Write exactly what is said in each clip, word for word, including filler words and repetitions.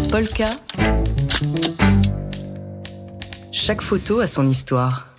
Polka. Chaque photo a son histoire.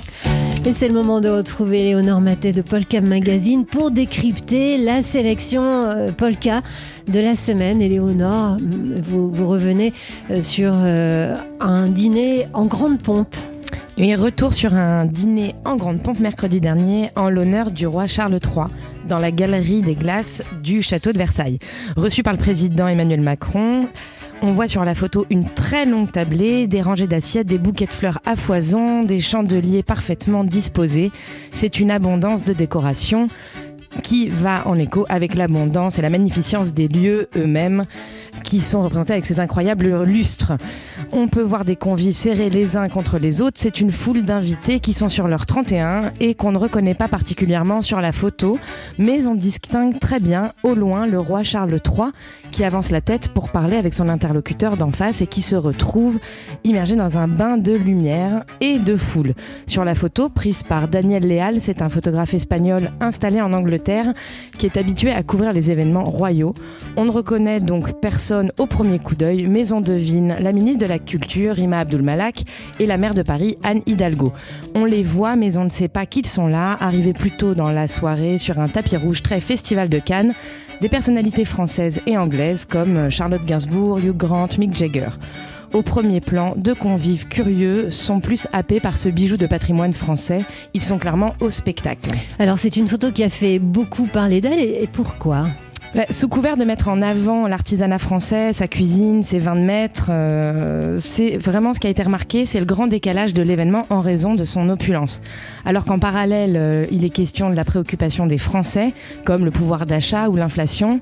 Et c'est le moment de retrouver Léonore Mathey de Polka Magazine pour décrypter la sélection euh, Polka de la semaine. Et Léonore, vous, vous revenez euh, sur euh, un dîner en grande pompe. Et retour sur un dîner en grande pompe mercredi dernier en l'honneur du roi Charles trois dans la galerie des glaces du château de Versailles. Reçu par le président Emmanuel Macron, on voit sur la photo une très longue tablée, des rangées d'assiettes, des bouquets de fleurs à foison, des chandeliers parfaitement disposés. C'est une abondance de décoration qui va en écho avec l'abondance et la magnificence des lieux eux-mêmes qui sont représentés avec ces incroyables lustres. On peut voir des convives serrés les uns contre les autres. C'est une foule d'invités qui sont sur leur trente et un et qu'on ne reconnaît pas particulièrement sur la photo, mais on distingue très bien au loin le roi Charles trois qui avance la tête pour parler avec son interlocuteur d'en face et qui se retrouve immergé dans un bain de lumière et de foule. Sur la photo, prise par Daniel Leal, c'est un photographe espagnol installé en Angleterre qui est habitué à couvrir les événements royaux. On ne reconnaît donc personne au premier coup d'œil, mais on devine la ministre de la Culture, Rima Abdul-Malak, et la maire de Paris, Anne Hidalgo. On les voit, mais on ne sait pas qu'ils sont là, arrivés plus tôt dans la soirée sur un tapis rouge très Festival de Cannes, des personnalités françaises et anglaises comme Charlotte Gainsbourg, Hugh Grant, Mick Jagger. Au premier plan, deux convives curieux sont plus happés par ce bijou de patrimoine français. Ils sont clairement au spectacle. Alors c'est une photo qui a fait beaucoup parler d'elle, et pourquoi ? Sous couvert de mettre en avant l'artisanat français, sa cuisine, ses vins de maître, euh, c'est vraiment ce qui a été remarqué, c'est le grand décalage de l'événement en raison de son opulence. Alors qu'en parallèle, euh, il est question de la préoccupation des Français, comme le pouvoir d'achat ou l'inflation.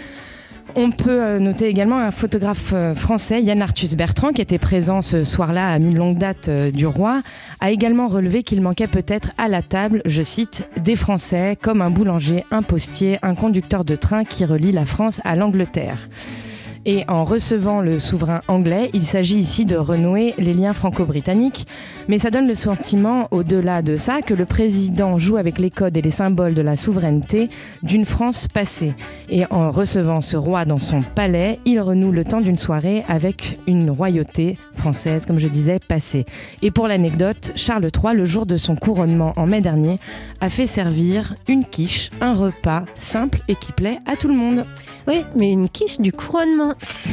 On peut noter également un photographe français, Yann Arthus Bertrand, qui était présent ce soir-là à mi-longue date du roi, a également relevé qu'il manquait peut-être à la table, je cite, des Français comme un boulanger, un postier, un conducteur de train qui relie la France à l'Angleterre. Et en recevant le souverain anglais, il s'agit ici de renouer les liens franco-britanniques. Mais ça donne le sentiment, au-delà de ça, que le président joue avec les codes et les symboles de la souveraineté d'une France passée. Et en recevant ce roi dans son palais, il renoue le temps d'une soirée avec une royauté française, comme je disais, passée. Et pour l'anecdote, Charles trois, le jour de son couronnement en mai dernier, a fait servir une quiche, un repas simple et qui plaît à tout le monde. Oui, mais une quiche du couronnement.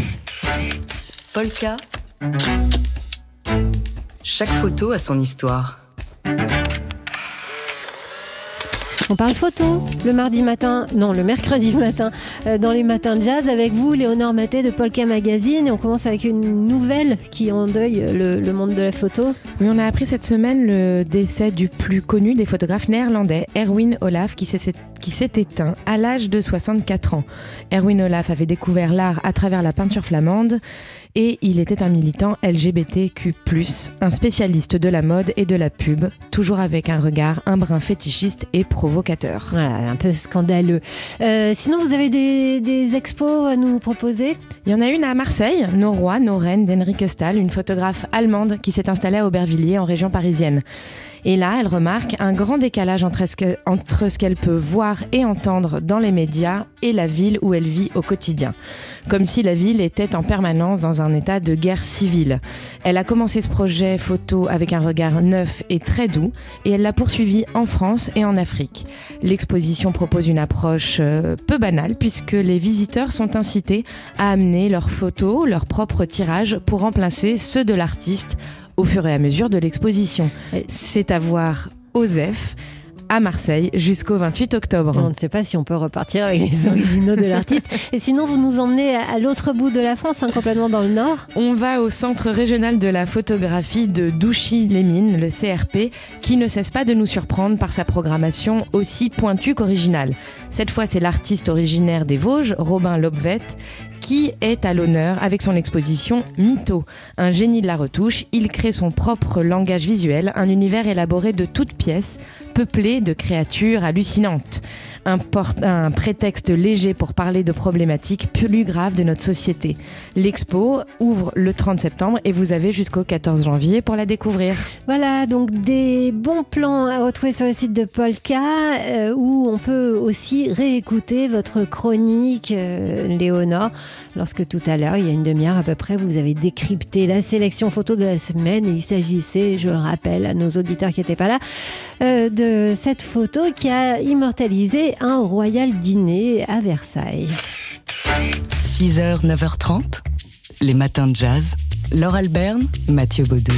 Polka. Chaque photo a son histoire. On parle photo le mardi matin, non le mercredi matin, euh, dans les matins de jazz avec vous, Léonore Mathey de Polka Magazine. Et on commence avec une nouvelle qui endeuille le, le monde de la photo. Oui, on a appris cette semaine le décès du plus connu des photographes néerlandais, Erwin Olaf, qui s'est, qui s'est éteint à l'âge de soixante-quatre ans. Erwin Olaf avait découvert l'art à travers la peinture flamande et il était un militant L G B T Q plus, un spécialiste de la mode et de la pub, toujours avec un regard un brin fétichiste et provocateur. Voilà, un peu scandaleux. Euh, sinon, vous avez des, des expos à nous proposer ? Il y en a une à Marseille, Nos rois, nos reines d'Henrique Stahl, une photographe allemande qui s'est installée à Aubervilliers en région parisienne. Et là, elle remarque un grand décalage entre ce, que, entre ce qu'elle peut voir et entendre dans les médias et la ville où elle vit au quotidien. Comme si la ville était en permanence dans un état de guerre civile. Elle a commencé ce projet photo avec un regard neuf et très doux et elle l'a poursuivi en France et en Afrique. L'exposition propose une approche euh, peu banale puisque les visiteurs sont incités à amener leurs photos, leurs propres tirages pour remplacer ceux de l'artiste au fur et à mesure de l'exposition. C'est à voir au Z E F à Marseille jusqu'au vingt-huit octobre. On ne sait pas si on peut repartir avec les originaux de l'artiste. Et sinon, vous nous emmenez à l'autre bout de la France, hein, complètement dans le nord. On va au Centre régional de la photographie de Douchy-les-Mines, le C R P, qui ne cesse pas de nous surprendre par sa programmation aussi pointue qu'originale. Cette fois, c'est l'artiste originaire des Vosges, Robin Lobvet, qui est à l'honneur avec son exposition Mytho. Un génie de la retouche, il crée son propre langage visuel, un univers élaboré de toutes pièces, peuplé de créatures hallucinantes. Un, port- un prétexte léger pour parler de problématiques plus graves de notre société. L'expo ouvre le trente septembre et vous avez jusqu'au quatorze janvier pour la découvrir. Voilà, donc des bons plans à retrouver sur le site de Polka, euh, où on peut aussi réécouter votre chronique, euh, Léonore, lorsque tout à l'heure, il y a une demi-heure à peu près, vous avez décrypté la sélection photo de la semaine et il s'agissait, je le rappelle à nos auditeurs qui n'étaient pas là, euh, de cette photo qui a immortalisé un royal dîner à Versailles. six heures, neuf heures trente, les matins de jazz. Laure Alberne, Mathieu Baudou.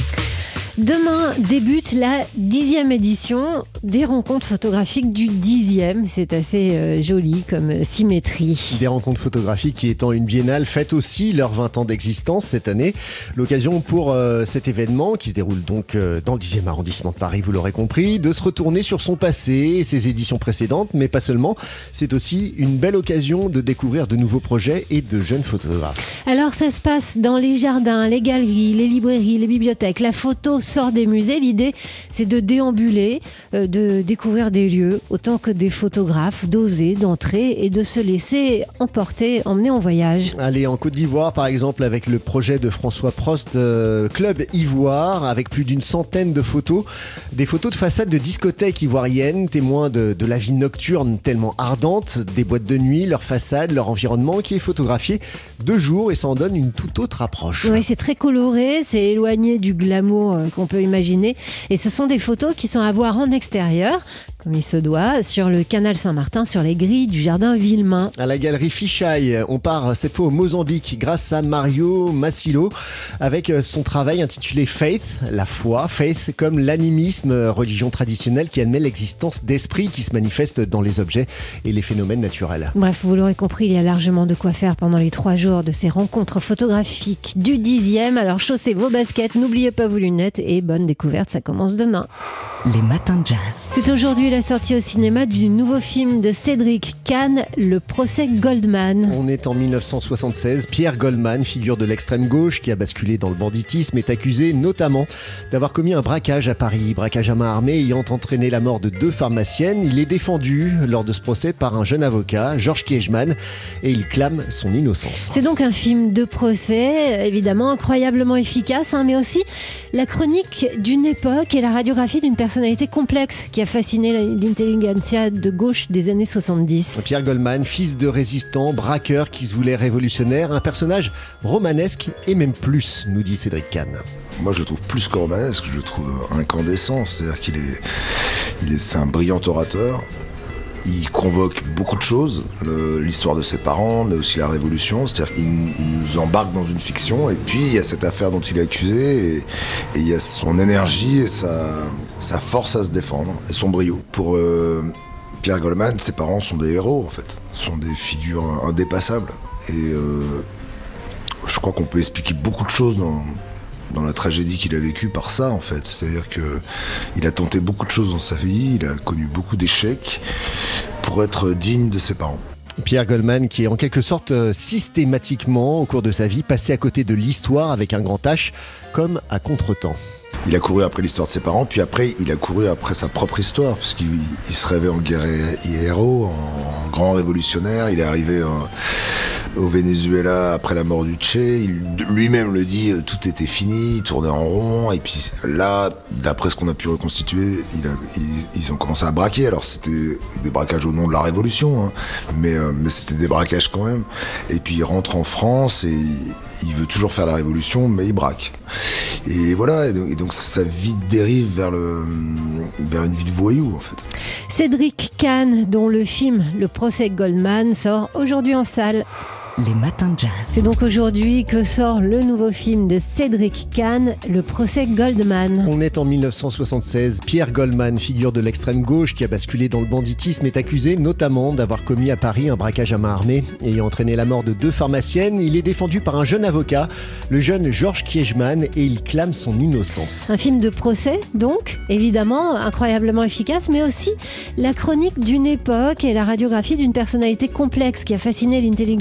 Demain débute la dixième édition des rencontres photographiques du dixième. C'est assez euh, joli comme symétrie. Des rencontres photographiques qui, étant une biennale, fêtent aussi leurs vingt ans d'existence cette année. L'occasion pour euh, cet événement, qui se déroule donc euh, dans le dixième arrondissement de Paris, vous l'aurez compris, de se retourner sur son passé et ses éditions précédentes, mais pas seulement. C'est aussi une belle occasion de découvrir de nouveaux projets et de jeunes photographes. Alors ça se passe dans les jardins, les galeries, les librairies, les bibliothèques. La photo sort des musées. L'idée, c'est de déambuler, euh, de découvrir des lieux, autant que des photographes, d'oser, d'entrer et de se laisser emporter, emmener en voyage. Allez, en Côte d'Ivoire, par exemple, avec le projet de François Prost, euh, Club Ivoire, avec plus d'une centaine de photos. Des photos de façades de discothèques ivoiriennes, témoins de, de la vie nocturne tellement ardente, des boîtes de nuit, leur façade, leur environnement, qui est photographié de jour et ça en donne une toute autre approche. Oui, c'est très coloré, c'est éloigné du glamour euh, qu'on peut imaginer. Et ce sont des photos qui sont à voir en extérieur, comme il se doit, sur le canal Saint-Martin, sur les grilles du jardin Villemain. À la galerie Fichaille, on part cette fois au Mozambique grâce à Mario Massilo avec son travail intitulé Faith, la foi, Faith comme l'animisme, religion traditionnelle qui admet l'existence d'esprits qui se manifestent dans les objets et les phénomènes naturels. Bref, vous l'aurez compris, il y a largement de quoi faire pendant les trois jours de ces rencontres photographiques du dixième. Alors chaussez vos baskets, n'oubliez pas vos lunettes et bonne découverte, ça commence demain. Les matins de jazz. C'est aujourd'hui la sortie au cinéma du nouveau film de Cédric Kahn, Le procès Goldman. On est en dix-neuf cent soixante-seize. Pierre Goldman, figure de l'extrême gauche qui a basculé dans le banditisme, est accusé notamment d'avoir commis un braquage à Paris. Braquage à main armée ayant entraîné la mort de deux pharmaciennes. Il est défendu lors de ce procès par un jeune avocat, Georges Kiechman, et il clame son innocence. C'est donc un film de procès, évidemment incroyablement efficace, hein, mais aussi la chronique d'une époque et la radiographie d'une personnalité complexe qui a fasciné l'intelligentsia de gauche des années soixante-dix. Pierre Goldman, fils de résistant, braqueur qui se voulait révolutionnaire, un personnage romanesque et même plus, nous dit Cédric Kahn. Moi je le trouve plus que romanesque, je le trouve incandescent, c'est-à-dire qu'il est, il est, c'est un brillant orateur. Il convoque beaucoup de choses, le, l'histoire de ses parents, mais aussi la Révolution. C'est-à-dire qu'il il nous embarque dans une fiction. Et puis, il y a cette affaire dont il est accusé. Et, et il y a son énergie et sa, sa force à se défendre. Et son brio. Pour euh, Pierre Goldman, ses parents sont des héros, en fait. Ce sont des figures indépassables. Et euh, je crois qu'on peut expliquer beaucoup de choses dans... dans la tragédie qu'il a vécue par ça, en fait. C'est-à-dire qu'il a tenté beaucoup de choses dans sa vie, il a connu beaucoup d'échecs pour être digne de ses parents. Pierre Goldman qui est en quelque sorte systématiquement, au cours de sa vie, passé à côté de l'histoire avec un grand H, comme à contretemps. Il a couru après l'histoire de ses parents, puis après, il a couru après sa propre histoire, parce qu'il il se rêvait en guerriero, en grand révolutionnaire. Il est arrivé en, au Venezuela après la mort du Che. Il, lui-même le dit, tout était fini, il tournait en rond. Et puis là, d'après ce qu'on a pu reconstituer, il a, ils, ils ont commencé à braquer. Alors c'était des braquages au nom de la Révolution, hein, mais, euh, mais c'était des braquages quand même. Et puis il rentre en France et il veut toujours faire la Révolution, mais il braque. Et voilà, et donc, et donc sa vie dérive vers, le, vers une vie de voyou, en fait. Cédric Kahn, dont le film Le procès Goldman sort aujourd'hui en salle. Les matins de jazz. C'est donc aujourd'hui que sort le nouveau film de Cédric Kahn, Le procès Goldman. On est en dix-neuf cent soixante-seize. Pierre Goldman, figure de l'extrême gauche qui a basculé dans le banditisme, est accusé notamment d'avoir commis à Paris un braquage à main armée ayant entraîné la mort de deux pharmaciennes. Il est défendu par un jeune avocat, le jeune Georges Kiechman, et il clame son innocence. Un film de procès, donc, évidemment, incroyablement efficace, mais aussi la chronique d'une époque et la radiographie d'une personnalité complexe qui a fasciné l'intelligentsia de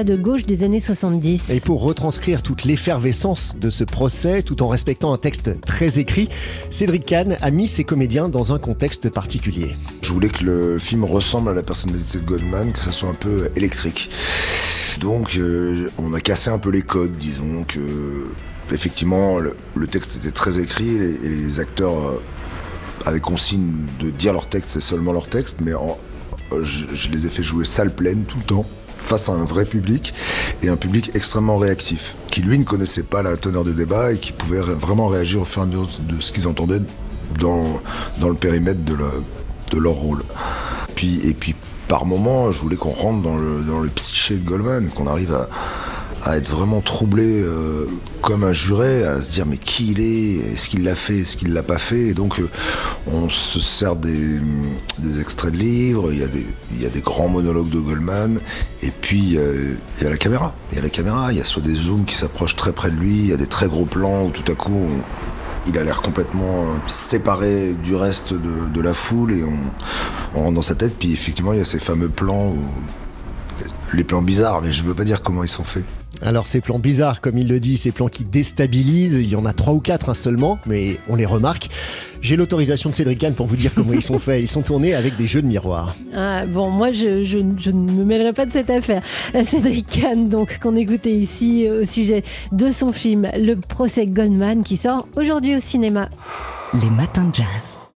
de gauche des années soixante-dix. Et pour retranscrire toute l'effervescence de ce procès, tout en respectant un texte très écrit, Cédric Kahn a mis ses comédiens dans un contexte particulier. Je voulais que le film ressemble à la personnalité de Goldman, que ça soit un peu électrique. Donc euh, on a cassé un peu les codes, disons que effectivement le, le texte était très écrit et, et les acteurs euh, avaient consigne de dire leur texte, c'est seulement leur texte, mais en, je, je les ai fait jouer salle pleine tout le temps, face à un vrai public, et un public extrêmement réactif, qui lui ne connaissait pas la teneur des débats et qui pouvait ré- vraiment réagir au fur et à mesure de ce qu'ils entendaient dans, dans le périmètre de, le, de leur rôle. Puis, et puis par moments, je voulais qu'on rentre dans le, dans le psyché de Goldman, qu'on arrive à, à être vraiment troublé euh, comme un juré, à se dire mais qui il est, est-ce qu'il l'a fait, est-ce qu'il l'a pas fait, et donc euh, on se sert des, des extraits de livres, il y a des, il y a des grands monologues de Goldman, et puis euh, il y a la caméra, il y a la caméra, il y a soit des zooms qui s'approchent très près de lui, il y a des très gros plans où tout à coup on, il a l'air complètement séparé du reste de, de la foule et on, on rentre dans sa tête, puis effectivement il y a ces fameux plans où, les plans bizarres, mais je ne veux pas dire comment ils sont faits. Alors ces plans bizarres, comme il le dit, ces plans qui déstabilisent, il y en a trois ou quatre hein, seulement, mais on les remarque. J'ai l'autorisation de Cédric Kahn pour vous dire comment ils sont faits. Ils sont tournés avec des jeux de miroir. Ah, bon, moi, je, je, je ne me mêlerai pas de cette affaire. Euh, Cédric Kahn, donc, qu'on écoutait ici euh, au sujet de son film Le procès Goldman, qui sort aujourd'hui au cinéma. Les matins de jazz.